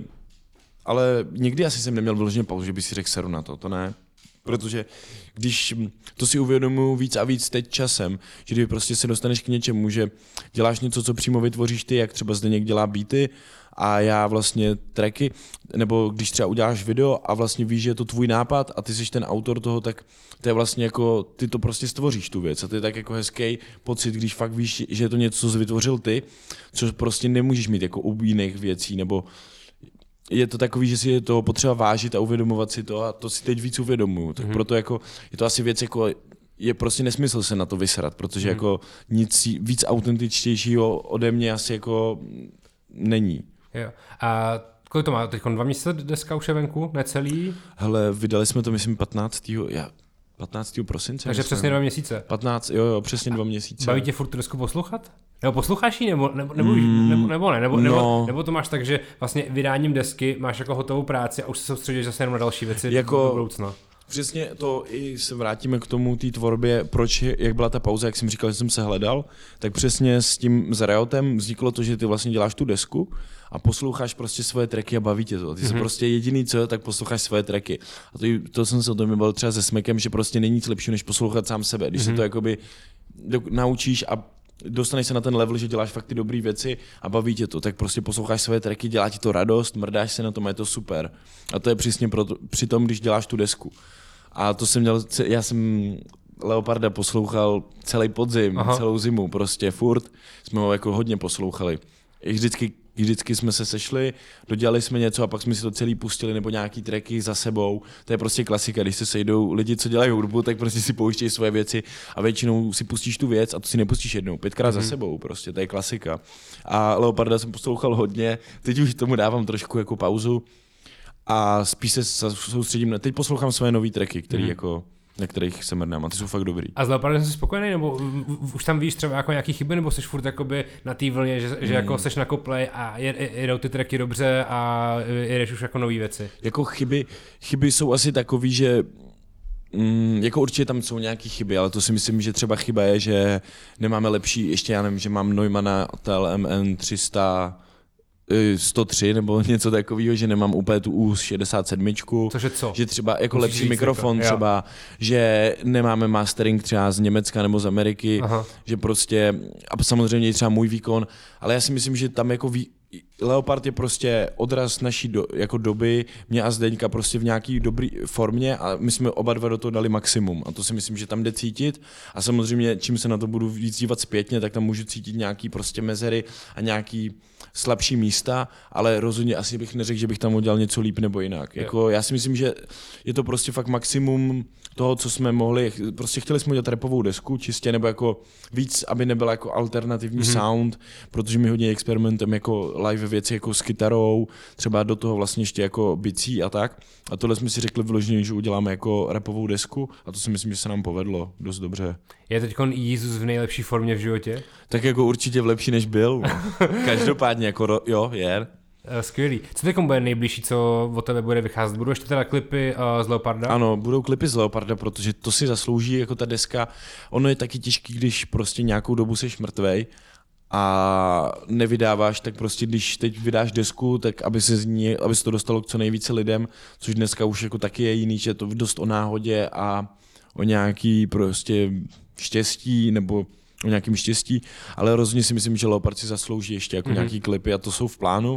Ale nikdy asi jsem neměl vyloženě pauzu, že by si řekl seru na to, to ne. Protože když to si uvědomuji víc a víc teď časem, že když prostě se dostaneš k něčemu, že děláš něco, co přímo vytvoříš ty, jak třeba Zdeněk dělá beaty a já vlastně tracky, nebo když třeba uděláš video a vlastně víš, že je to tvůj nápad a ty jsi ten autor toho, tak to je vlastně jako, ty to prostě stvoříš tu věc a to je tak jako hezký pocit, když fakt víš, že je to něco, co jsi vytvořil ty, což prostě nemůžeš mít jako u jiných věcí, nebo je to takový, že si je to potřeba vážit a uvědomovat si to a to si teď víc uvědomuju. Tak mm-hmm. proto jako, je to asi věc jako, je prostě nesmysl se na to vysrat, protože mm-hmm. jako nic víc autentičtějšího ode mě asi jako není. Jo. A kolik to má teď? Dva měsíce deska už je venku? Necelý? Hele, vydali jsme to myslím patnáctého Já, patnáctého prosince. Takže přesně dva měsíce. patnáct jo, jo, přesně dva měsíce. Baví tě furt tu desku poslouchat? Nebo posloucháš ji, nebo, nebo, nebo, mm, nebo, nebo ne? Nebo, no. nebo, nebo to máš tak, že vlastně vydáním desky máš jako hotovou práci a už se soustředíš zase jenom na další věci jako, do budoucna. Přesně to i se vrátíme k tomu, té tvorbě, proč, jak byla ta pauza, jak jsem říkal, že jsem se hledal, tak přesně s tím Zreotem vzniklo to, že ty vlastně děláš tu desku a posloucháš prostě svoje tracky a baví tě to. Ty mm-hmm. se prostě jediný co, tak posloucháš svoje tracky. A to, to jsem se o tom mluvil třeba se Smekem, že prostě není nic lepšího, než poslouchat sám sebe. Když mm-hmm. se to jakoby naučíš a dostaneš se na ten level, že děláš fakt ty dobré věci a baví tě to, tak prostě posloucháš své tracky, dělá ti to radost, mrdáš se na tom a je to super. A to je přesně proto, při tom, když děláš tu desku. A to jsem měl, já jsem Leoparda poslouchal celý podzim, Aha. celou zimu, prostě furt jsme ho jako hodně poslouchali. I vždycky, vždycky jsme se sešli, dodělali jsme něco a pak jsme si to celý pustili nebo nějaký tracky za sebou. To je prostě klasika, když se sejdou lidi, co dělají hudbu, tak prostě si pouštějí svoje věci a většinou si pustíš tu věc a to si nepustíš jednou, pětkrát mm-hmm. za sebou prostě, to je klasika. A Leoparda jsem poslouchal hodně, teď už tomu dávám trošku jako pauzu a spíš se soustředím na, teď poslouchám své nový tracky, který mm-hmm. jako na kterých se mrdám a ty jsou fakt dobrý. A s Leopardem jsi spokojený, nebo už tam víš třeba jako nějaký chyby, nebo jsi furt jakoby na té vlně, že, že mm. jako seš na koplej a jedou ty tracky dobře a jedeš už jako nový věci? Jako chyby, chyby jsou asi takový, že Mm, jako určitě tam jsou nějaké chyby, ale to si myslím, že třeba chyba je, že nemáme lepší, ještě já nevím, že mám Neumanna T L M N tři sta sto tři nebo něco takového, že nemám úplně tu U šedesát sedm. Což je co? Že třeba jako Musíš lepší mikrofon jako, třeba, že nemáme mastering třeba z Německa nebo z Ameriky, Aha. že prostě, a samozřejmě i třeba můj výkon, ale já si myslím, že tam jako ví, Leopard je prostě odraz naší do, jako doby, mě a Zdeňka prostě v nějaký dobrý formě a my jsme oba dva do toho dali maximum a to si myslím, že tam jde cítit a samozřejmě čím se na to budu víc dívat zpětně, tak tam můžu cítit nějaký prostě mezery a nějaký slabší místa, ale rozhodně asi bych neřekl, že bych tam udělal něco líp nebo jinak. Jako, já si myslím, že je to prostě fakt maximum toho, co jsme mohli, prostě chtěli jsme udělat rapovou desku čistě, nebo jako víc, aby nebyla jako alternativní mm-hmm. sound, protože my hodně experimentujeme jako live věci jako s kytarou, třeba do toho vlastně ještě jako bicí a tak. A tohle jsme si řekli vyloženě, že uděláme jako rapovou desku a to si myslím, že se nám povedlo dost dobře. Je teď Jízus v nejlepší formě v životě? Tak jako určitě v lepší, než byl. Každopádně jako jo, je. Skvělý. Co teď bude nejbližší, co od tebe bude vycházet? Budou ještě teda klipy uh, z Leoparda? Ano, budou klipy z Leoparda, protože to si zaslouží jako ta deska. Ono je taky těžký, když prostě nějakou dobu seš mrtvej a nevydáváš, tak prostě když teď vydáš desku, tak aby se z ní, aby se to dostalo k co nejvíce lidem, což dneska už jako taky je jiný, že je to dost o náhodě a o nějaký prostě štěstí nebo o nějakém štěstí, ale rozhodně si myslím, že Leopard si zaslouží ještě jako mm-hmm. nějaký klipy a to jsou v plánu.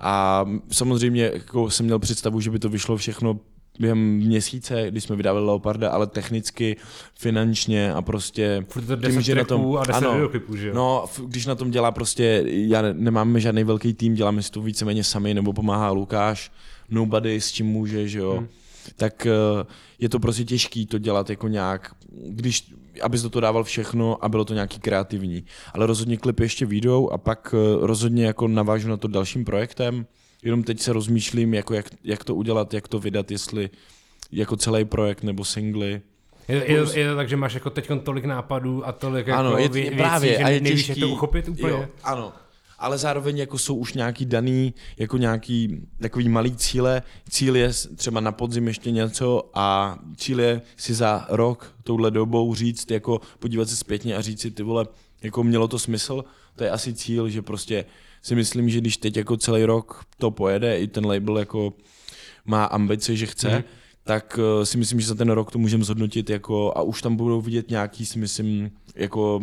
A samozřejmě jako jsem měl představu, že by to vyšlo všechno během měsíce, když jsme vydávali Leoparda, ale technicky, finančně a prostě tím, že na tom, a deset videoklipů, že jo? No, když na tom dělá prostě, já nemáme žádný velký tým, děláme si to víceméně sami, nebo pomáhá Lukáš, Nobody, s čím může, že jo, hmm. tak je to prostě těžký to dělat jako nějak, když, abys do toho dával všechno a bylo to nějaký kreativní. Ale rozhodně klipy ještě vyjdou a pak rozhodně jako navážu na to dalším projektem. Jenom teď se rozmýšlím, jako jak, jak to udělat, jak to vydat, jestli jako celý projekt nebo singly. Je, je, je to tak, že máš jako teď tolik nápadů a tolik ano, jako je, vě, věcí, právě, že a je nevíš, těžký, jak to uchopit úplně. Jo, ano, ale zároveň jako jsou už nějaký daný, jako nějaký takový malý cíle. Cíl je třeba na podzim ještě něco a cíl je si za rok touhle dobou říct, jako podívat se zpětně a říct si, ty vole, jako mělo to smysl. To je asi cíl, že prostě si myslím, že když teď jako celý rok to pojede, i ten label jako má ambici, že chce, mm. tak uh, si myslím, že za ten rok to můžeme zhodnotit jako a už tam budou vidět nějaký, si myslím, jako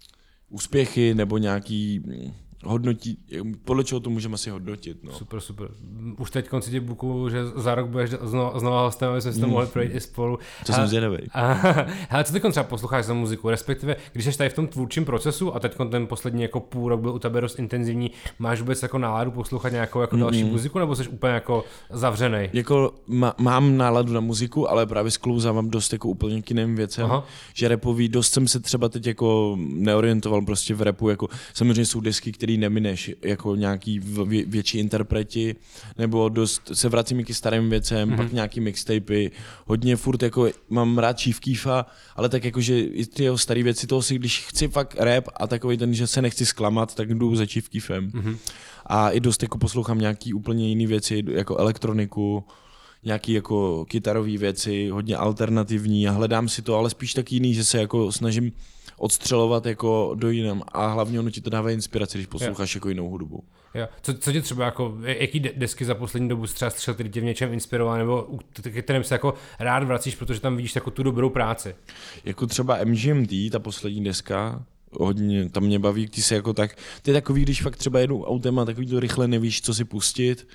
úspěchy nebo nějaký hodnotí, podle čeho to můžeme asi hodnotit. No. Super, super. Už teď konci tě buku, že za rok budeš znova, znova hostem, aby jsme si to mm. mohli projít i spolu. To jsem zvědavý. Ale co teď třeba posloucháš za muziku, respektive když jsi tady v tom tvůrčím procesu a teď ten poslední jako půl rok byl u tebe dost intenzivní, máš vůbec jako náladu poslouchat nějakou jako další mm. muziku, nebo jsi úplně jako zavřenej? Jako má, mám náladu na muziku, ale právě sklouzávám dost jako úplně k jiným věcem, Aha. že rapový, dost jsem se třeba teď jako neorientoval prostě v rapu, jako samozřejmě jsou desky, které nemineš jako nějaký vě, větší interpreti, nebo dost se vracím k starým věcem, mm-hmm. pak nějaký mixtapy, hodně furt jako mám rád Chief Keefa, ale tak jako, že i ty jeho staré věci, toho si, když chci fakt rap a takový ten, že se nechci zklamat, tak jdu za Chief Keefem. Mm-hmm. A i dost jako poslouchám nějaký úplně jiný věci, jako elektroniku, nějaký jako kytarový věci, hodně alternativní a hledám si to, ale spíš tak jiný, že se jako snažím odstřelovat jako do jinam a hlavně ono ti to dává inspiraci, když posloucháš jo. jako jinou hudbu. Jo. Co, co tě třeba jako, jaký desky za poslední dobu třeba střel, který tě v něčem inspiroval, nebo kterým se jako rád vracíš, protože tam vidíš jako tu dobrou práci? Jako třeba M G M T, ta poslední deska, hodně, tam mě baví, ty se jako tak, ty takový, když fakt třeba jedu autem a takový to rychle nevíš, co si pustit.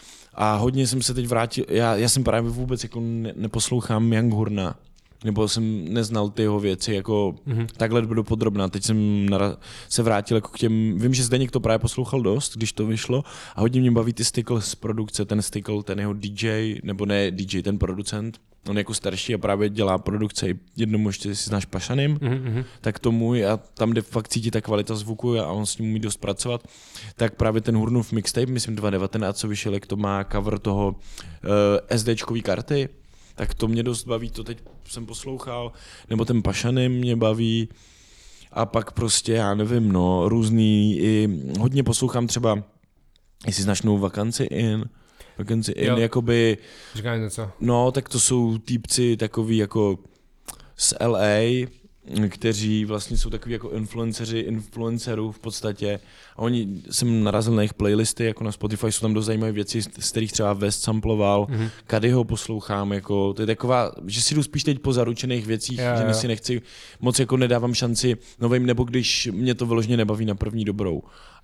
A hodně jsem se teď vrátil, já, já jsem právě vůbec jako ne, neposlouchám Young Horna, nebo jsem neznal ty jeho věci jako mm-hmm. takhle dopodrobná. Teď jsem nara- se vrátil jako k těm, vím, že Zdeněk to právě poslouchal dost, když to vyšlo a hodně mě baví ty Stickle z produkce, ten Stickle, ten jeho D J, nebo ne D J, ten producent, on jako starší a právě dělá produkce jednomu ještě, si znáš Pašanym, mm-hmm. tak tomu a tam, kde fakt cítí ta kvalita zvuku a on s ním umí dost pracovat, tak právě ten Hurnův mixtape, myslím dva tisíce devatenáct, co vyšel, jak to má cover toho uh, SDčkový karty, tak to mě dost baví, to teď jsem poslouchal, nebo ten Pašany mě baví a pak prostě, já nevím, no, různý, i hodně poslouchám třeba, jestli znáš novou Vakanci in, Vakanci in, jo. jakoby, říkám něco. No, tak to jsou týpci takový jako z L A, kteří vlastně jsou takový jako influenceři, influencerů v podstatě. A oni, jsem narazil na jejich playlisty, jako na Spotify, jsou tam dost zajímavé věci, z kterých třeba West samploval, mm-hmm. Kadyho poslouchám, jako, to je taková, že si jdu spíš teď po zaručených věcích, jo, že jo. si nechci, moc jako nedávám šanci novým, nebo když mě to vyloženě nebaví na první dobrou.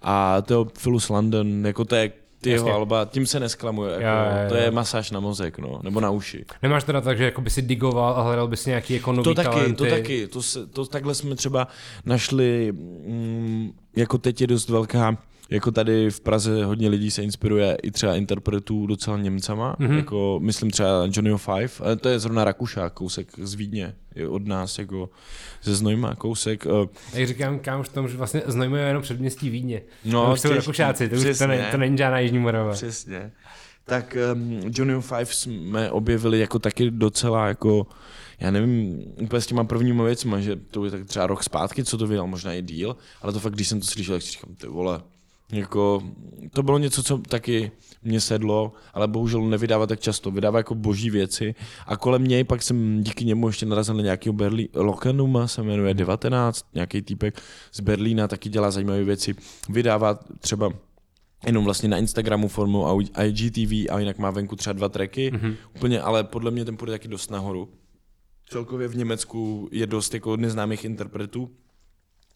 A to Philus London, jako to je ty jeho alba, tím se nesklamuje, jako, já, já, já. To je masáž na mozek, no, nebo na uši. Nemáš teda tak, že jako by si digoval a hledal by si nějaký jako nový to taky, talenty? To taky, to taky, to takhle jsme třeba našli, mm, jako teď je dost velká, jako tady v Praze hodně lidí se inspiruje i třeba interpretů docela Němcama, mm-hmm. jako myslím třeba Johnnyho Five, ale to je zrovna Rakušák, kousek z Vídně, je od nás jako ze Znojma, kousek. Jak říkám, kámoš, tom, že vlastně Znojma je jenom předměstí Vídně. No, to už jsou Rakušáci, to, už to, ne, to není žádná Jižní Morava. Přesně. Tak um, Johnnyho Five jsme objevili jako taky docela jako, já nevím, úplně s těma prvníma věcma, že to je tak třeba rok zpátky, co to vydal, možná i díl, ale to fakt, když jsem to slyšel, tak si říkám, ty vole, jako, to bylo něco, co taky mě sedlo, ale bohužel nevydává tak často, vydává jako boží věci a kolem něj pak jsem díky němu ještě narazil na nějakého Berlí, Lokenuma se jmenuje devatenáct, nějaký týpek z Berlína, taky dělá zajímavé věci, vydává třeba jenom vlastně na Instagramu formou I G T V a jinak má venku třeba dva tracky, mm-hmm. úplně, ale podle mě ten půjde taky dost nahoru. Celkově v Německu je dost jako neznámých interpretů,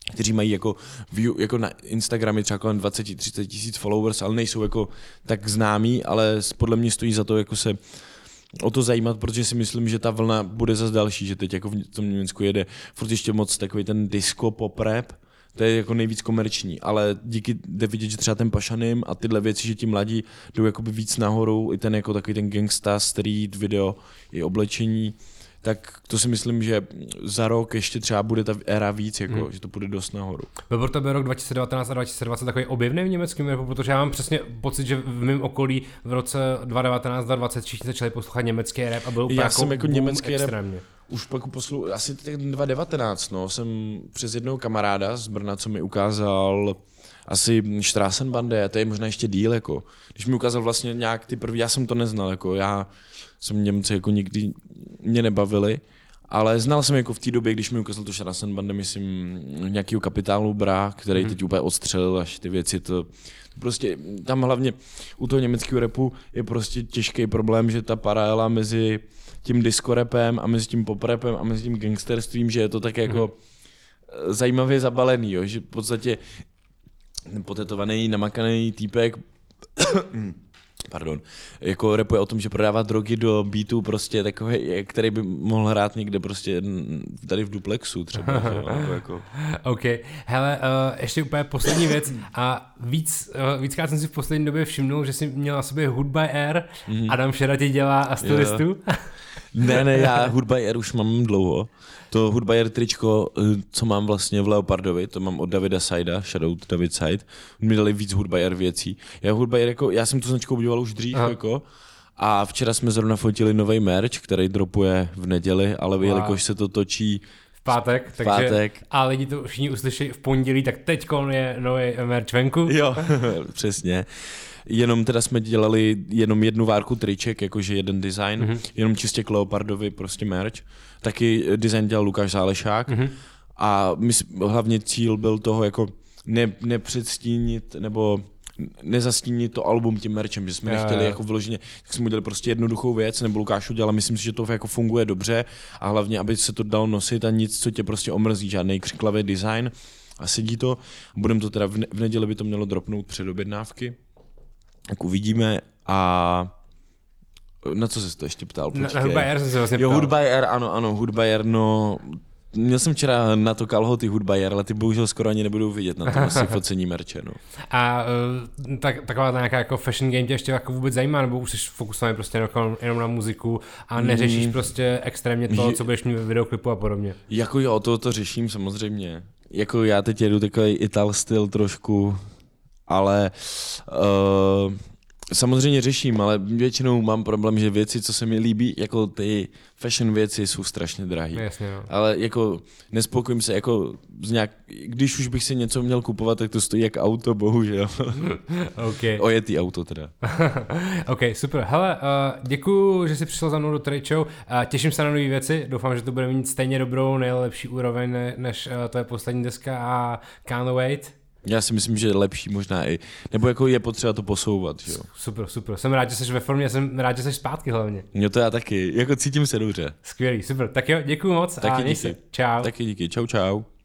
kteří mají jako, view, jako na Instagramy třeba kolem dvacet třicet tisíc followers, ale nejsou jako tak známí, ale podle mě stojí za to jako se o to zajímat, protože si myslím, že ta vlna bude zase další, že teď jako v tom Německu jede furt ještě moc takový ten disco pop rap, to je jako nejvíc komerční, ale díky jde vidět, že třeba ten Pashanim a tyhle věci, že ti mladí jdou jakoby víc nahoru, i ten jako takový ten gangsta street video, i oblečení, tak to si myslím, že za rok ještě třeba bude ta éra víc, jako, hmm. že to bude dost nahoru. Byl pro tebe rok dva tisíce devatenáct a dva tisíce dvacet takový objevný v německém rapu, protože já mám přesně pocit, že v mém okolí v roce dva tisíce devatenáct dva tisíce dvacet všichni začali poslouchat německý rap a byl úplně já jako, jsem jako německý extrémně. Rap už pak poslu, asi dva tisíce devatenáct, no, jsem přes jednoho kamaráda z Brna, co mi ukázal asi Straßenbande, to je možná ještě díl, jako. Když mi ukázal vlastně nějak ty první, já jsem to neznal, jako já jsem Němci jako nikdy mě nebavili, ale znal jsem jako v té době, když mi ukázal to Straßenbande, myslím, nějakýho Kapitálu Bra, který mm. teď úplně odstřelil až ty věci, to, to prostě, tam hlavně u toho německého rapu je prostě těžký problém, že ta paralela mezi tím disco-rapem a mezi tím pop-rapem a mezi tím gangsterstvím, že je to tak jako mm. zajímavě zabalený, jo, že v podstatě potetovaný, namakaný týpek pardon, jako rapuje o tom, že prodává drogy do beatu prostě takový, který by mohl hrát někde prostě tady v duplexu třeba. Že, jako. OK. Hele, uh, ještě úplně poslední věc a víc, uh, víckrát jsem si v poslední době všimnul, že jsi měl na sobě Hood by Air, mm-hmm. Adam Šera ti dělá a stylistu. Ne, ne, já Hood by Air už mám dlouho. To Hood by Air tričko, co mám vlastně v Leopardovi, to mám od Davida Saida, shoutout David Side. Mi dali víc Hood by Air věcí. Já Hood by Air jako, já jsem tu značku obdivoval už dřív, Aha. jako, a včera jsme zrovna fotili nový merch, který dropuje v neděli, ale wow. jelikož se to točí v pátek, v takže pátek. A lidi to všichni uslyší v pondělí, tak teďkon je nový merch venku. Jo, přesně. Jenom teda jsme dělali jenom jednu várku triček, jakože jeden design, mm-hmm. jenom čistě k Leopardovi prostě merch. Taky design dělal Lukáš Zálešák mm-hmm. a my, hlavně cíl byl toho jako ne, nepředstínit nebo nezastínit to album tím merchem, že jsme je, nechtěli je. jako vyloženě, tak jsme udělali prostě jednoduchou věc, nebo Lukáš udělal, myslím si, že to jako funguje dobře a hlavně, aby se to dalo nosit a nic, co tě prostě omrzí, žádný křiklavý design a sedí to. Budeme to teda v, ne- v neděli by to mělo dropnout před objednávky. Tak uvidíme a na co jsi to ještě ptal? Počkej. Na Hood by Air jsem se vlastně jo, ptal. Hood by Air, ano, ano, Hood by Air, no, měl jsem včera na to kalhoty Hood by Air, ale ty bohužel skoro ani nebudou vidět na tom asi focení merče, no. A uh, tak, taková ta nějaká jako fashion game tě ještě jako vůbec zajímá, nebo už jsi fokusovaný prostě jenom, jenom na muziku a neřešíš mm. prostě extrémně to, co budeš mít ve videoklipu a podobně? Jako jo, to, to řeším samozřejmě. Jako já teď jedu takový Ital styl trošku, ale uh, samozřejmě řeším, ale většinou mám problém, že věci, co se mi líbí, jako ty fashion věci jsou strašně drahé. Jasně, no. Ale jako nespokojím se, jako z nějak, když už bych si něco měl kupovat, tak to stojí jak auto, bohužel. Okay. Ojetý auto teda. OK, super. Hele, uh, děkuju, že jsi přišel za mnou do Trade Show. Uh, těším se na nové věci. Doufám, že to bude mít stejně dobrou, nejlepší úroveň ne, než uh, tvoje poslední deska a Can't Wait. Já si myslím, že je lepší možná i, nebo jako je potřeba to posouvat, jo. Super, super. Jsem rád, že jsi ve formě, jsem rád, že jsi zpátky hlavně. Jo, to já taky, jako cítím se dobře. Skvělý, super. Tak jo, děkuju moc taky a díky. se. Čau. Taky díky, čau čau.